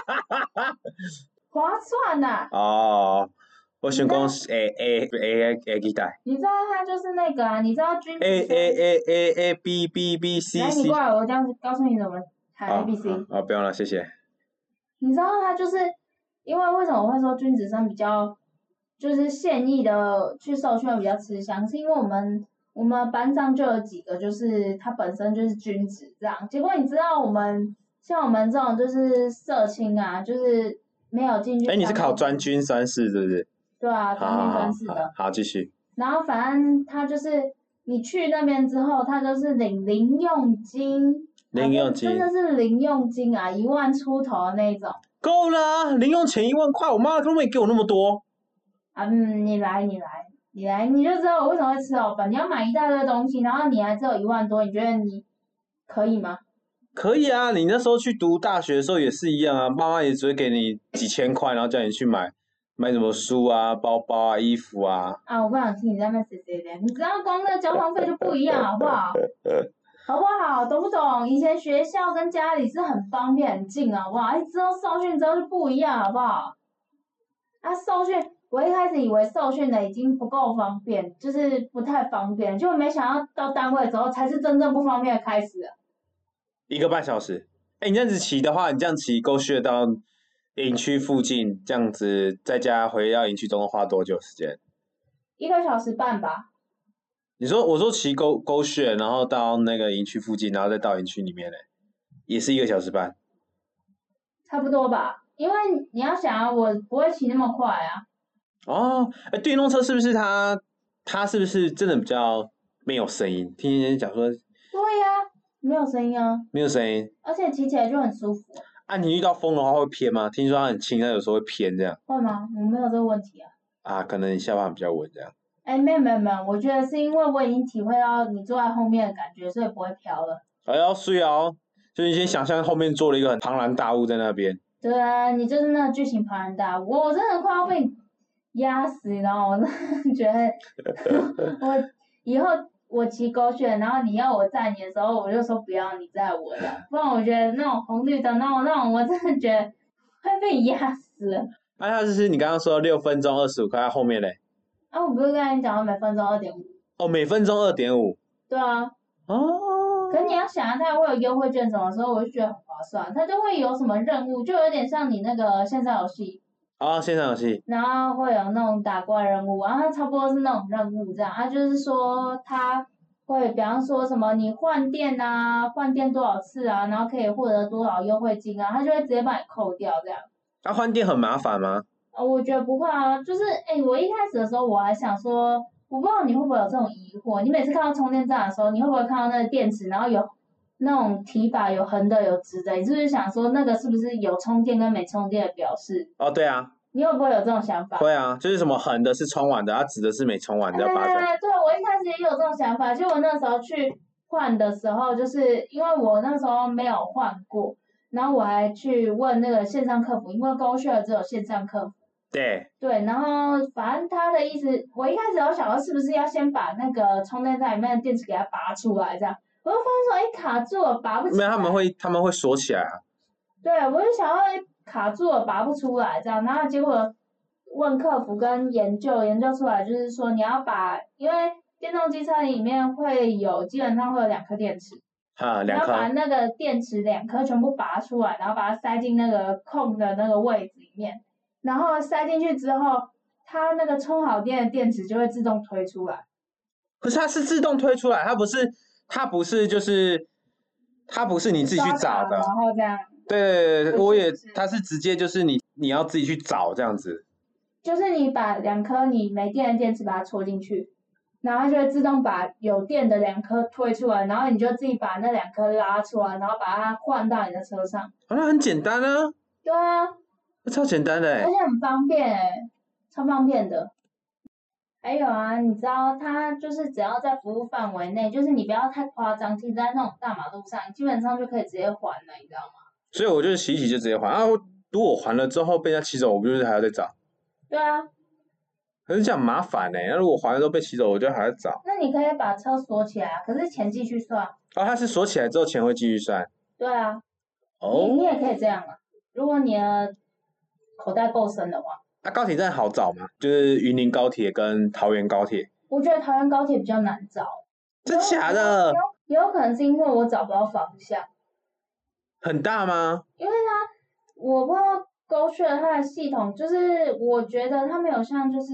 划算呐、啊！ 哦，我想讲是 A A A A 几代。 你知道它就是那个啊？你知道军 A A A A A B B B C C。 来，你过来，我这样子告诉你怎么喊 A B C。 哦，不用了，谢谢。 你知道它就是因为为什么我会说军职生比较就是现役的去受训比较吃香，是因为我们。我们班上就有几个，就是他本身就是军职这样，结果你知道我们像我们这种就是社青啊，就是没有进去。 哎，你是考专军三士是不是？ 对啊，专军三士的。 好，继续。 然后反正他就是你去那边之后，他就是领零用金， 零用金真的是零用金啊，一万出头的那种。 够了啊，零用钱一万块，我妈都没给我那么多。 啊，嗯，你来，你来。你来你就知道我为什么会吃老本。你要买一大堆东西，然后你还只有一万多，你觉得你可以吗？ 可以啊，你那时候去读大学的时候也是一样啊，妈妈也只会给你几千块，然后叫你去买买什么书啊、包包啊、衣服啊。 啊，我不想听你在那谁谁的，你只要光那交通费就不一样，好不好？好不好？懂不懂？以前学校跟家里是很方便很近，好不好？哎，之后受训之后就不一样，好不好？啊，受训。我一开始以为受训的已经不够方便，就是不太方便，就没想到到单位之后才是真正不方便的开始了。 一个半小时，哎、欸，你这样子骑的话，你这样骑够穴到营区附近，这样子在家回到营区中花多久时间？ 一个小时半吧。 你说，我说骑沟沟穴，然后到那个营区附近，然后再到营区里面嘞，也是一个小时半。 差不多吧，因为你要想啊，我不会骑那么快啊。 哦，哎，电动车是不是它它是不是真的比较没有声音？听人家讲说，对呀、啊，没有声音啊， 没有声音， 而且骑起来就很舒服。 啊，你遇到风的话会偏吗？听说它很轻，它有时候会偏这样。 会吗？我没有这个问题啊。 啊，可能你下巴比较稳这样。 哎，没有没有没有，我觉得是因为我已经体会到你坐在后面的感觉，所以不会飘了。 哎呦，是哦，就你先想象后面坐了一个很庞然大物在那边。 对啊，你就是那个巨型庞然大物，我真的快要被你压死，然后我真的觉得，我以后我骑狗血，然后你要我载你的时候，我就说不要你载我的，不然我觉得那种红绿灯那种那种，我真的觉得会被你压死。 啊，它就是你刚刚说六分钟二十五块，后面嘞？ 啊，我不是跟你讲每分钟二点五？ 哦，每分钟二点五。 对啊。 哦。 可是你要想啊，它会有优惠券什么时候，我就觉得很划算，它就会有什么任务，就有点像你那个线上游戏。 啊、哦，线上游戏。 然后会有那种打怪任务，然后它差不多是那种任务这样，它就是说它会，比方说什么你换电啊，换电多少次啊，然后可以获得多少优惠金啊，它就会直接帮你扣掉这样。 啊，换电很麻烦吗？ 啊，我觉得不会啊，就是哎，我一开始的时候我还想说，我不知道你会不会有这种疑惑，你每次看到充电站的时候，你会不会看到那个电池，然后有那种提把有横的有直的，你是不是想说那个是不是有充电跟没充电的表示？ 哦，对啊。 你会不会有这种想法？ 会啊，就是什么横的是充完的，它直的是没充完的，要拔下来。 哎，对，我一开始也有这种想法，就我那时候去换的时候，就是因为我那时候没有换过，然后我还去问那个线上客服，因为GoShare只有线上客服。 对。 对，然后反正他的意思，我一开始有想到是不是要先把那个充电站里面的电池给它拔出来，这样， 我就发现说，哎，卡住了，拔不起来。 没有，他们会他们会锁起来啊。 对，我就想要卡住了，拔不出来这样，然后结果问客服跟研究，研究出来就是说你要把，因为电动机车里面会有基本上会有两颗电池， 哈， 你要两颗。 把那个电池两颗全部拔出来，然后把它塞进那个空的那个位置里面，然后塞进去之后，它那个充好电的电池就会自动推出来。 可是它是自动推出来，它不是它不是就是它不是你自己去找的。 然后这样。 对对对，我也它是直接就是你你要自己去找这样子。 就是你把两颗你没电的电池把它戳进去，然后它就会自动把有电的两颗推出来，然后你就自己把那两颗拉出来，然后把它换到你的车上。 啊，那很简单啊。 对啊， 那超简单的哎。 而且很方便哎，超方便的。还有啊，你知道它就是只要在服务范围内，就是你不要太夸张，停在那种大马路上，基本上就可以直接还了，你知道吗？ 所以我就是洗一洗就直接还啊。如果我还了之后被人家骑走，我不就是还要再找？ 对啊。 可是这样麻烦哎、欸，那如果还了之后被骑走，我就还要找。 那你可以把车锁起来啊，可是钱继续算。 哦，它是锁起来之后钱会继续算。 对啊。 哦。 你你也可以这样啊，如果你的口袋够深的话。 那、啊、高铁站好找吗？就是云林高铁跟桃园高铁。 我觉得桃园高铁比较难找。 真假的？ 也有可能是因为我找不到方向。 很大吗？ 因为它，我不知道GoShare它的系统，就是我觉得它没有像就是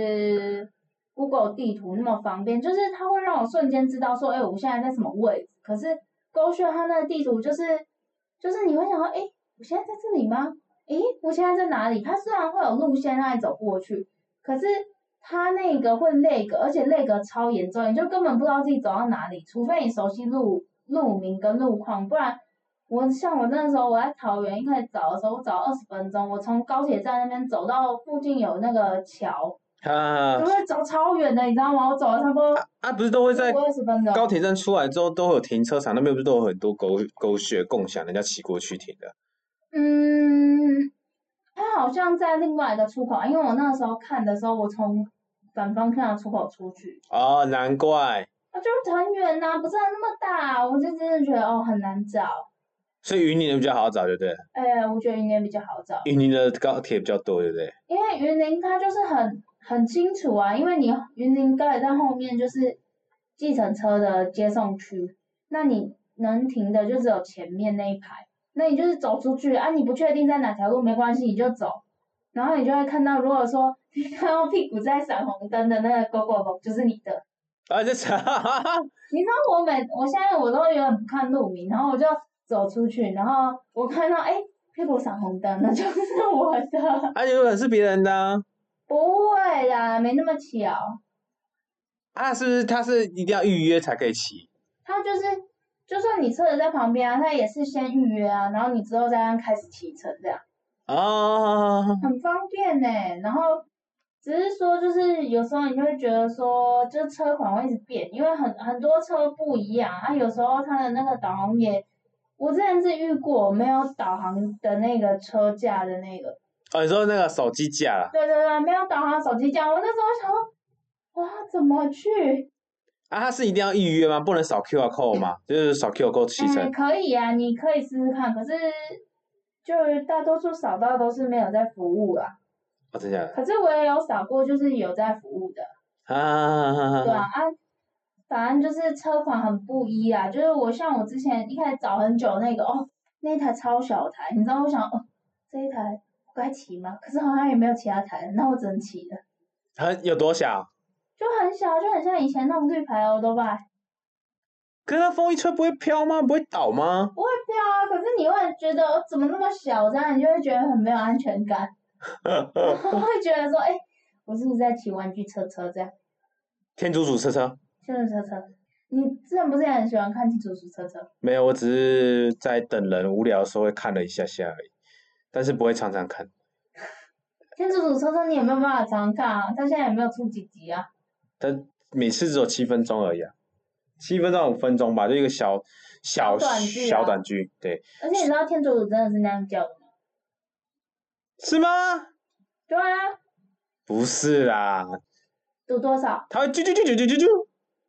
Google 地图那么方便，就是它会让我瞬间知道说，哎，我现在在什么位置。可是 GoShare它那个地图就是，就是你会想说，哎，我现在在这里吗？诶，我现在在哪里？它虽然会有路线让你走过去，可是它那个会 lag，而且 lag 超严重，你就根本不知道自己走到哪里，除非你熟悉路路名跟路况，不然我像我那时候我在桃园一开始找的时候，我找二十分钟，我从高铁站那边走到附近有那个桥， 啊， 就会走超远的，你知道吗？我走了差不多啊啊，不是都会在二十分钟。 高铁站出来之后都会有停车场，那边不是都有很多狗狗血共享，人家骑过去停的。 嗯，它好像在另外一个出口，因为我那个时候看的时候，我从反方向的出口出去。 哦，难怪。 啊，就很远呐、啊，不是那么大，我就真的觉得哦很难找。 所以云林的比较好找，对不对？ 哎，我觉得云林比较好找。 云林的高铁比较多，对不对？ 因为云林它就是很很清楚啊，因为你云林高铁站后面就是计程车的接送区，那你能停的就只有前面那一排。那你就是走出去啊，你不确定在哪条路没关系，你就走，然后你就会看到，如果说你看到屁股在闪红灯的那个 Go Go Go 就是你的。 啊，这哈哈哈。 你知道我每我现在我都有点不看路名，然后我就走出去，然后我看到哎屁股闪红灯，那就是我的。 啊，有可能是别人的啊。 不会啦，没那么巧。 啊，是不是他是一定要预约才可以骑？ 他就是。就算你车子在旁边啊，他也是先预约啊，然后你之后再开始骑乘这样。 哦。 很方便呢、欸，然后只是说就是有时候你就会觉得说，就车款会一直变，因为很很多车不一样啊，有时候它的那个导航也，我之前是遇过没有导航的那个车架的那个。 哦，你说那个手机架啦？ 对对对，没有导航手机架，我那时候想说，哇，怎么去？ 啊，他是一定要预约吗？不能扫 Q R code 吗？就是扫 Q R code 骑乘。 嗯，可以啊，你可以试试看，可是就大多数扫到都是没有在服务啦。 哦，真的。 可是我也有扫过，就是有在服务的。 啊。 对啊，啊，反正就是车款很不一啊，就是我像我之前一开始找很久那个哦，那一台超小台，你知道我想哦，这一台我该骑吗？可是好像也没有其他台，那我只能骑了。 很有多小？ 就很小，就很像以前那种绿牌欧多拜。 可是它风一吹不会飘吗？不会倒吗？ 不会飘啊，可是你会觉得、哦、怎么那么小，这样你就会觉得很没有安全感。会觉得说，哎、欸，我是不是在骑玩具车车这样？ 天竺鼠车车。 天竺鼠车车，你之前不是也很喜欢看天竺鼠车车？ 没有，我只是在等人无聊的时候会看了一下下而已，但是不会常常看。 天竺鼠车车你也没有办法常常看啊，它现在也没有出几集啊。 它每次只有七分钟而已啊，七分到五分钟吧，就一个小小短剧、啊、 小短剧，对。 而且你知道天竺鼠真的是那样叫的吗？ 是吗？ 对啊。 不是啦。 赌多少？ 它会啾啾啾啾啾啾啾。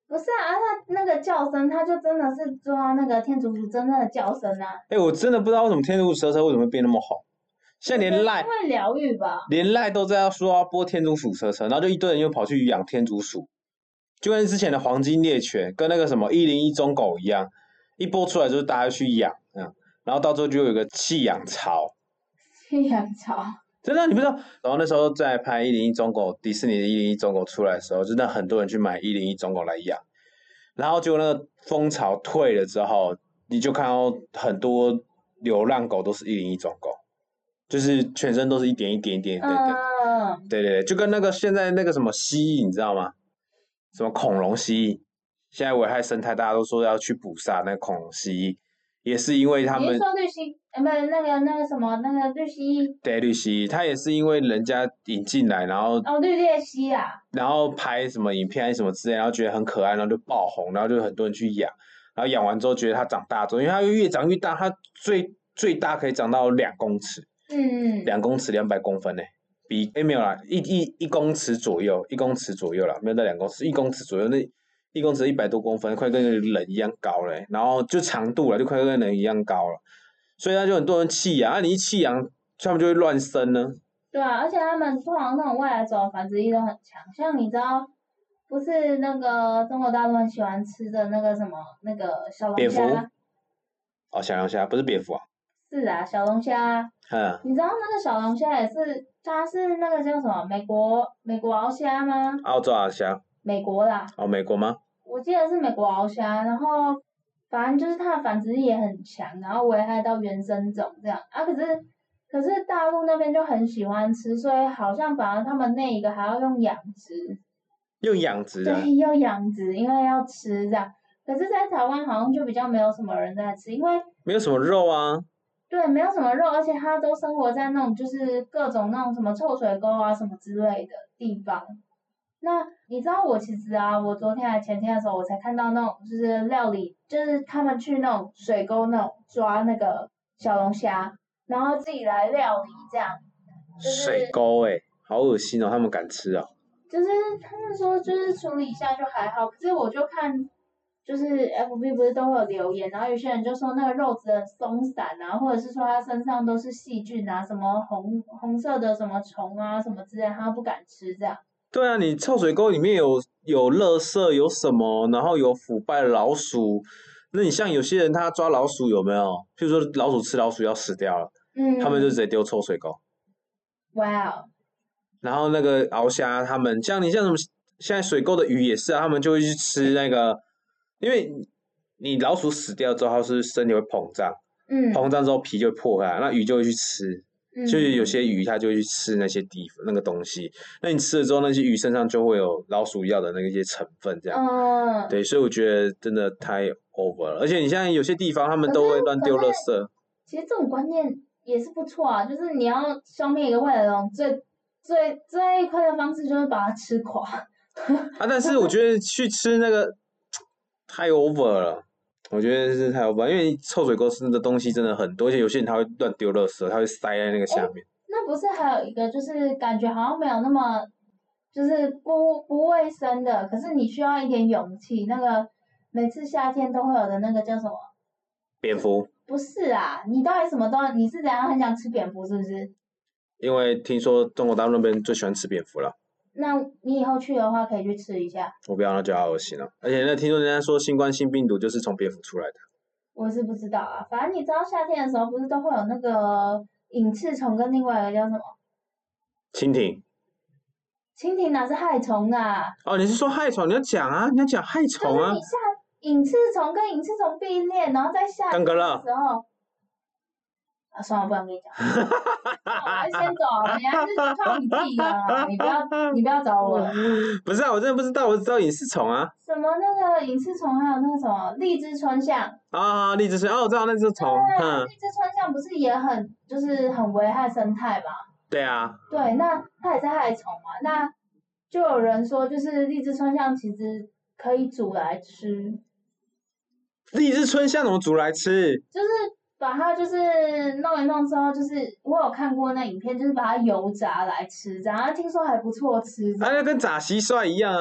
不是啊，它那个叫声，它就真的是抓那个天竺鼠真正的叫声啊。 哎、欸，我真的不知道为什么天竺鼠车车为什么会变那么红。现在连赖会疗愈吧， 连赖都在要说要播天竺鼠车车，然后就一堆人又跑去养天竺鼠，就跟之前的黄金猎犬跟那个什么一零一中狗一样，一播出来就是大家去养，嗯，然后到最后就有一个弃养潮。 弃养潮。 真的，你不知道？然后那时候在拍一零一中狗，迪士尼的一零一中狗出来的时候，真的很多人去买一零一中狗来养，然后结果那个风潮退了之后，你就看到很多流浪狗都是一零一中狗。就是全身都是一点一点一点一点的，嗯，对对对，就跟那个现在那个什么蜥蜴，你知道吗？什么恐龙蜥蜴，现在危害生态，大家都说要去捕杀那个恐龙蜥蜴，也是因为他们。 你是说绿蜥？呃，不是那个那个什么那个绿蜥蜴？ 对，绿蜥蜴，它也是因为人家引进来，然后哦，绿鬣蜥啊， 然后拍什么影片什么之类，然后觉得很可爱，然后就爆红，然后就很多人去养，然后养完之后觉得它长大之后，因为它越长越大，它最最大可以长到两公尺。嗯，两公尺两百公分呢，比哎没有啦，一一一公尺左右，一公尺左右啦，没有到两公尺，一公尺左右，那一公尺一百多公分，快跟人一样高嘞，然后就长度了，就快跟人一样高了，所以他就很多人弃养，啊，你一弃养，他们就会乱生呢。 对啊，而且他们通常那种外来种的繁殖力都很强，像你知道，不是那个中国大陆很喜欢吃的那个什么那个小龙虾。 哦，小龙虾不是蝙蝠啊。 是啊，小龙虾，嗯，你知道那个小龙虾也是，它是那个叫什么？美国美国鳌虾吗？ 澳洲鳌虾。 美国啦。 哦，美国吗？ 我记得是美国鳌虾，然后反正就是它的繁殖力也很强，然后危害到原生种这样啊。可是可是大陆那边就很喜欢吃，所以好像反而他们那一个还要用养殖。 用养殖的。 对，用养殖，因为要吃这样。可是，在台湾好像就比较没有什么人在吃，因为没有什么肉啊。 对，没有什么肉，而且它都生活在那种就是各种那种什么臭水沟啊什么之类的地方。那你知道我其实啊，我昨天还前天的时候，我才看到那种就是料理，就是他们去那种水沟那种抓那个小龙虾，然后自己来料理这样。就是、 水沟哎、欸，好恶心哦！他们敢吃啊、哦？ 就是他们说就是处理一下就还好，可是我就看。就是 F B 不是都会有留言，然后有些人就说那个肉质很松散啊，或者是说它身上都是细菌啊，什么红红色的什么虫啊什么之类，他不敢吃这样。 对啊，你臭水沟里面有有垃圾有什么，然后有腐败的老鼠，那你像有些人他抓老鼠有没有？譬如说老鼠吃老鼠要死掉了，嗯，他们就直接丢臭水沟。 哇哦！ 然后那个鳌虾，他们像你像什么现在水沟的鱼也是啊，他们就会去吃那个。因为你老鼠死掉之后，它是身体会膨胀，嗯，膨胀之后皮就会破开来，那鱼就会去吃，嗯，就是有些鱼它就会去吃那些地那个东西，那你吃了之后，那些鱼身上就会有老鼠药的那些成分，这样，嗯，对，所以我觉得真的太 over 了，而且你现在有些地方他们都会乱丢垃圾。 其实这种观念也是不错啊，就是你要消灭一个外来种，最最最快的方式就是把它吃垮。 啊，但是我觉得去吃那个。太 over 了，我觉得是太 over，因为臭水沟的东西真的很多，而且有些人他会乱丢垃圾，他会塞在那个下面。 那不是还有一个就是感觉好像没有那么就是不不卫生的，可是你需要一点勇气。那个每次夏天都会有的那个叫什么？ 蝙蝠？ 不是啊，你到底什么都你是怎样很想吃蝙蝠是不是？ 因为听说中国大陆那边最喜欢吃蝙蝠了。 那你以后去的话，可以去吃一下。 我不要，那就好恶心了。而且那听说人家说新冠性病毒就是从蝙蝠出来的。 我是不知道啊，反正你知道夏天的时候不是都会有那个隐翅虫跟另外一个叫什么？ 蜻蜓。 蜻蜓哪是害虫啊？ 哦，你是说害虫？你要讲啊，你要讲害虫啊。 就是你夏隐翅虫跟隐翅虫并列，然后在夏天的时候。啊，算了，不想跟你讲。我会先走，人家是靠你自己的，你不要，你不要找我。 不是啊，我真的不知道，我只知道隐翅虫啊。 什么那个隐翅虫，还有那个什么荔枝春象。 啊，荔枝春，哦，我知道那只虫。 嗯，荔枝春象不是也很，就是很危害生态吗？ 对啊。 对，那它也是害虫嘛，那就有人说，就是荔枝春象其实可以煮来吃。 荔枝春象怎么煮来吃？ 就是。把它就是弄一弄之后，就是我有看过那影片，就是把它油炸来吃，这样听说还不错吃。 啊，那跟炸蟋蟀一样啊。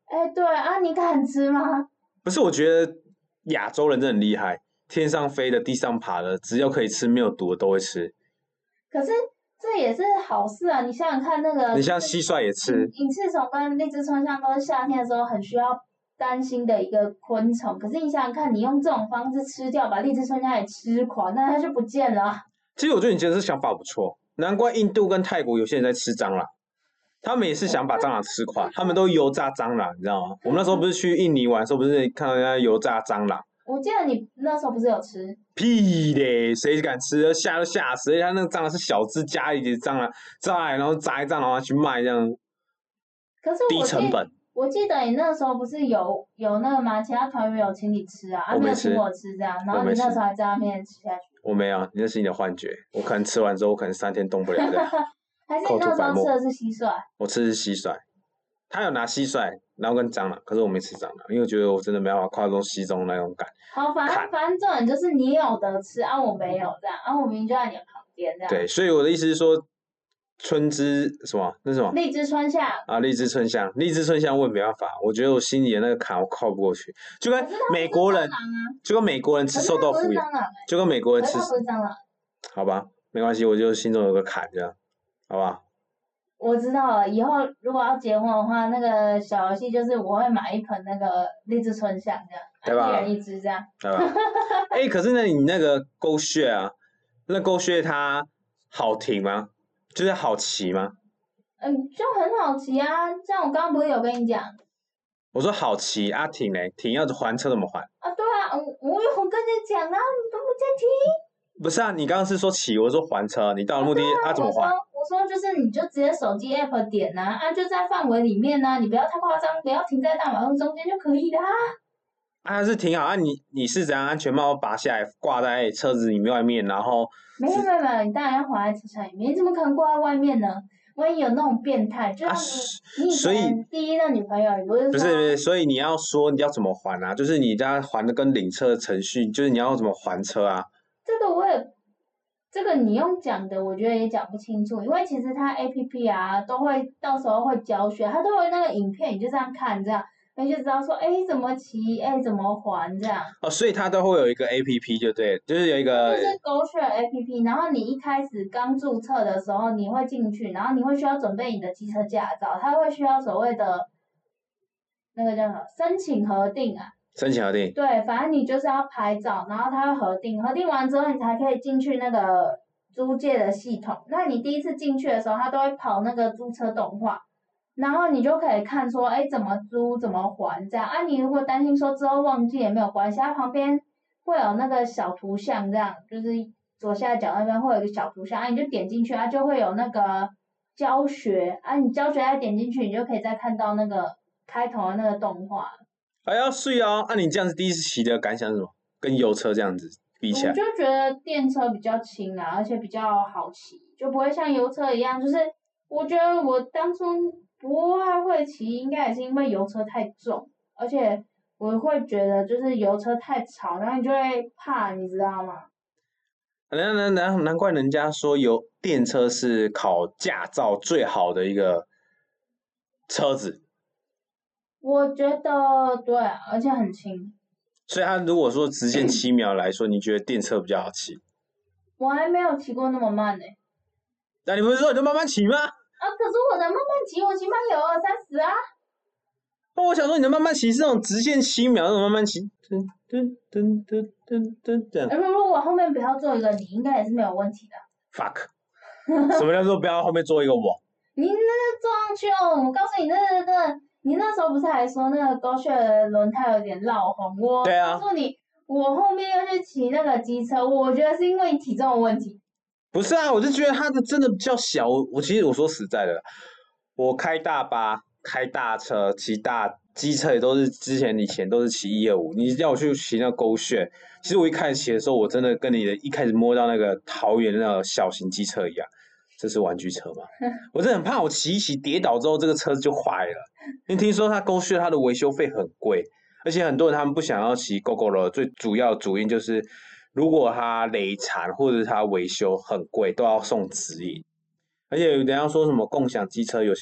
哎，对啊，你敢吃吗？ 不是，我觉得亚洲人真的很厉害，天上飞的、地上爬的，只要可以吃没有毒的都会吃。 可是这也是好事啊！你想想看，那个你就是像蟋蟀也隐吃， 隐翅虫跟荔枝春香都是夏天的时候很需要担心的一个昆虫。可是你想想看，你用这种方式吃掉，把荔枝春香也吃垮，那它就不见了啊。 其实我觉得你觉得这想法不错，难怪印度跟泰国有些人在吃蟑螂，他们也是想把蟑螂吃垮，他们都油炸蟑螂，你知道吗？我们那时候不是去印尼玩的时候，不是看到人家油炸蟑螂？ 我记得你那时候不是有吃？ 屁嘞，谁敢吃？吓都吓死！而且它那个蟑螂是小只家里的蟑螂，炸来然后炸一炸，然后去卖这样， 可是低我记成本。 我记得你那时候不是有有那个吗？其他团员有请你吃啊，啊我没吃没有请我吃这样，然后我没吃你那时候还在那边吃下去。 我没有，你那是你的幻觉。我可能吃完之后，我可能三天动不了这样。 还是你那时候吃的是蟋蟀？ 我吃的是蟋蟀，他有拿蟋蟀，然后跟蟑螂，可是我没吃蟑螂，因为我觉得我真的没办法跨中西中那种感。 好，反正反正重点就是你有得吃啊，我没有这样，啊，我明明就在你的旁边这样。 对，所以我的意思是说，春之什么那什么荔枝春夏啊，荔枝春香，荔枝春香我也没办法，我觉得我心里的那个坎我跨不过去，就跟美国人，就跟美国人吃臭豆腐一样，就跟美国人吃， 不是蟑螂。 好吧，没关系，我就心中有个坎这样，好吧。 我知道了，以后如果要结婚的话，那个小游戏就是我会买一盆那个荔枝春香这样， 对吧？ 一人一支这样， 对吧？哎、欸，可是呢，你那个狗血啊，那狗血它好停吗？就是好骑吗？ 嗯，就很好骑啊。像我刚刚不是有跟你讲？ 我说好骑啊，停嘞，停要还车怎么还？ 啊，对啊，我我有跟你讲啊，你都不在听。 不是啊，你刚刚是说骑，我说还车，你到了目的地啊， 啊， 怎么还？ 我说就是你就直接手机 app 点啊，啊就在范围里面啊，你不要太夸张，不要停在大马路中间就可以啦。 啊，是停好啊，你你是怎样安全帽拔下来挂在车子里面外面，然后没有没有没有，你当然要滑在车上里面，你怎么可能挂在外面呢？万一有那种变态，就像你你以前第一任女朋友，你不是说不是不是，所以你要说你要怎么还啊？就是你家还的跟领车的程序，就是你要怎么还车啊？ 这个我也，这个你用讲的，我觉得也讲不清楚，因为其实它 A P P 啊都会到时候会教学，它都会那个影片，你就这样看这样。那就知道说，哎，怎么骑，哎，怎么还这样。 哦，所以它都会有一个 A P P，就对，就是有一个。 就是 GoShare A P P， 然后你一开始刚注册的时候，你会进去，然后你会需要准备你的机车驾照，它会需要所谓的那个叫什么申请核定啊。 申请核定。 对，反正你就是要拍照，然后它会核定，核定完之后你才可以进去那个租借的系统。那你第一次进去的时候，它都会跑那个租车动画。然后你就可以看说，哎，怎么租，怎么还这样啊？你如果担心说之后忘记也没有关系，它旁边会有那个小图像，这样就是左下角那边会有一个小图像，啊，你就点进去，它就会有那个教学啊，你教学再点进去，你就可以再看到那个开头的那个动画。 还要睡哦，啊，你这样子第一次骑的感想是什么？跟油车这样子比起来， 我就觉得电车比较轻啊，而且比较好骑，就不会像油车一样，就是我觉得我当初不太会骑，应该也是因为油车太重，而且我会觉得就是油车太吵，然后你就会怕，你知道吗？ 难难难难怪人家说有电车是考驾照最好的一个车子。 我觉得对，而且很轻。 所以他如果说直线七秒来说，你觉得电车比较好骑？ 我还没有骑过那么慢呢、欸。 那你不是说你就慢慢骑吗？ 啊，可是我的慢慢骑，我起码有二三十啊。 那我想说，你的慢慢骑是那种直线七秒那种慢慢骑，噔噔噔噔噔噔这样。 如果我后面不要坐一个你，应该也是没有问题的。 fuck， 什么叫做不要后面坐一个我？ 你那个坐上去哦，我告诉你，那那那，你那时候不是还说那个高血的轮胎有点绕红？我对啊， 告诉你，我后面要去骑那个机车，我觉得是因为你体重的问题。 不是啊，我就觉得它的真的比较小。我其实我说实在的，我开大巴、开大车、骑大机车也都是之前以前都是骑一二五。你叫我去骑那狗血，其实我一开始骑的时候，我真的跟你的一开始摸到那个桃园那个小型机车一样。这是玩具车吗？我真的很怕我骑一骑跌倒之后这个车子就坏了。因为听说它狗血它的维修费很贵，而且很多人他们不想要骑 GoGo 最主要的主因就是如果它累残或者它维修很贵，都要送指引。而且人家说什么共享机车，有些人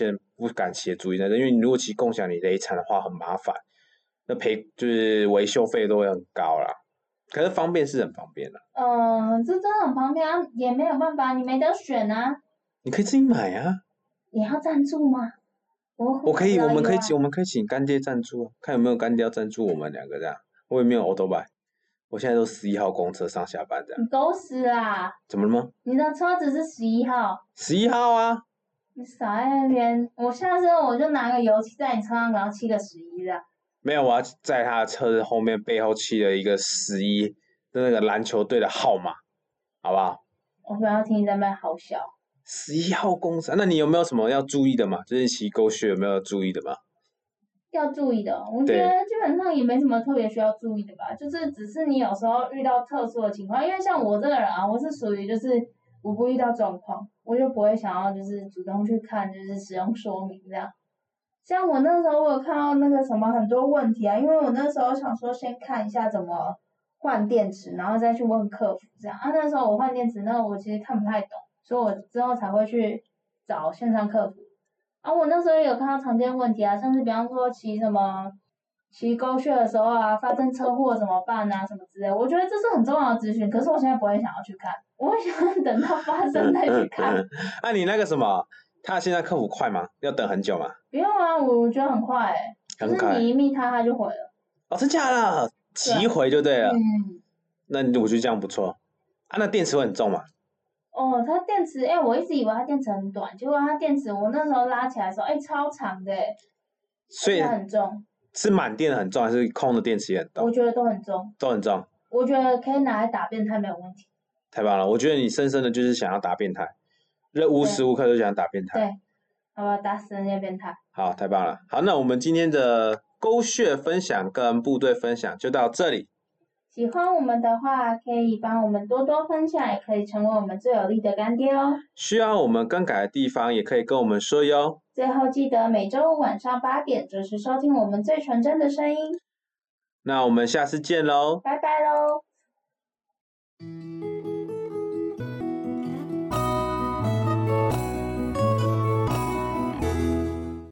不敢骑的注意那个，因为你如果骑共享，你累残的话很麻烦，那赔就是维修费都会很高啦。可是方便是很方便啦。 嗯，这真的很方便啊，也没有办法，你没得选啊。 你可以自己买啊。 你要赞助吗？我我可以，我们可以啊请，我们可以请干爹赞助啊，看有没有干爹要赞助我们两个这样。我也没有 autobike， 我现在都十一号公车上下班这样。 你狗屎啦！ 怎么了吗？ 你的车子是十一号。 十一号啊。 你少在那边，我下次我就拿个油漆在你车上，然后漆个十一的。 没有，我要在他的车子后面背后漆了一个十一的那个篮球队的号码，好不好？ 我不要听你在那边好笑。 十一号公车，那你有没有什么要注意的嘛？就是骑狗血有没有注意的嘛？ 要注意的，我觉得基本上也没什么特别需要注意的吧，就是只是你有时候遇到特殊的情况，因为像我这个人啊，我是属于就是我不遇到状况，我就不会想要就是主动去看就是使用说明这样。像我那时候我有看到那个什么很多问题啊，因为我那时候想说先看一下怎么换电池，然后再去问客服这样啊。那时候我换电池那个我其实看不太懂，所以我之后才会去找线上客服。啊，我那时候也有看到常见问题啊，像是比方说骑什么骑狗血的时候啊，发生车祸怎么办啊，什么之类，我觉得这是很重要的资讯。可是我现在不会想要去看，我会想要等到发生再去看。 那、啊、你那个什么，他现在客服快吗？要等很久吗？ 不用啊，我觉得很快诶、欸，就是你一密他，他就回了。 哦，真假的？急回就对了。 嗯。 那我觉得这样不错。啊，那电池会很重吗？ 哦，它电池，哎、欸，我一直以为它电池很短，结果它电池我那时候拉起来的时候，哎、欸，超长的、欸， 所以很重。 是满电很重，还是空的电池也很重？ 我觉得都很重。 都很重。 我觉得可以拿来打变态没有问题。 太棒了，我觉得你深深的就是想要打变态，无时无刻都想打变态。 对，好吧，打死那些变态。 好，太棒了。好，那我们今天的狗血分享跟部队分享就到这里。 喜欢我们的话，可以帮我们多多分享，也可以成为我们最有力的干爹哦。 需要我们更改的地方，也可以跟我们说哟。 最后记得每周五晚上八点准时收听我们最纯真的声音。 那我们下次见喽， 拜拜喽。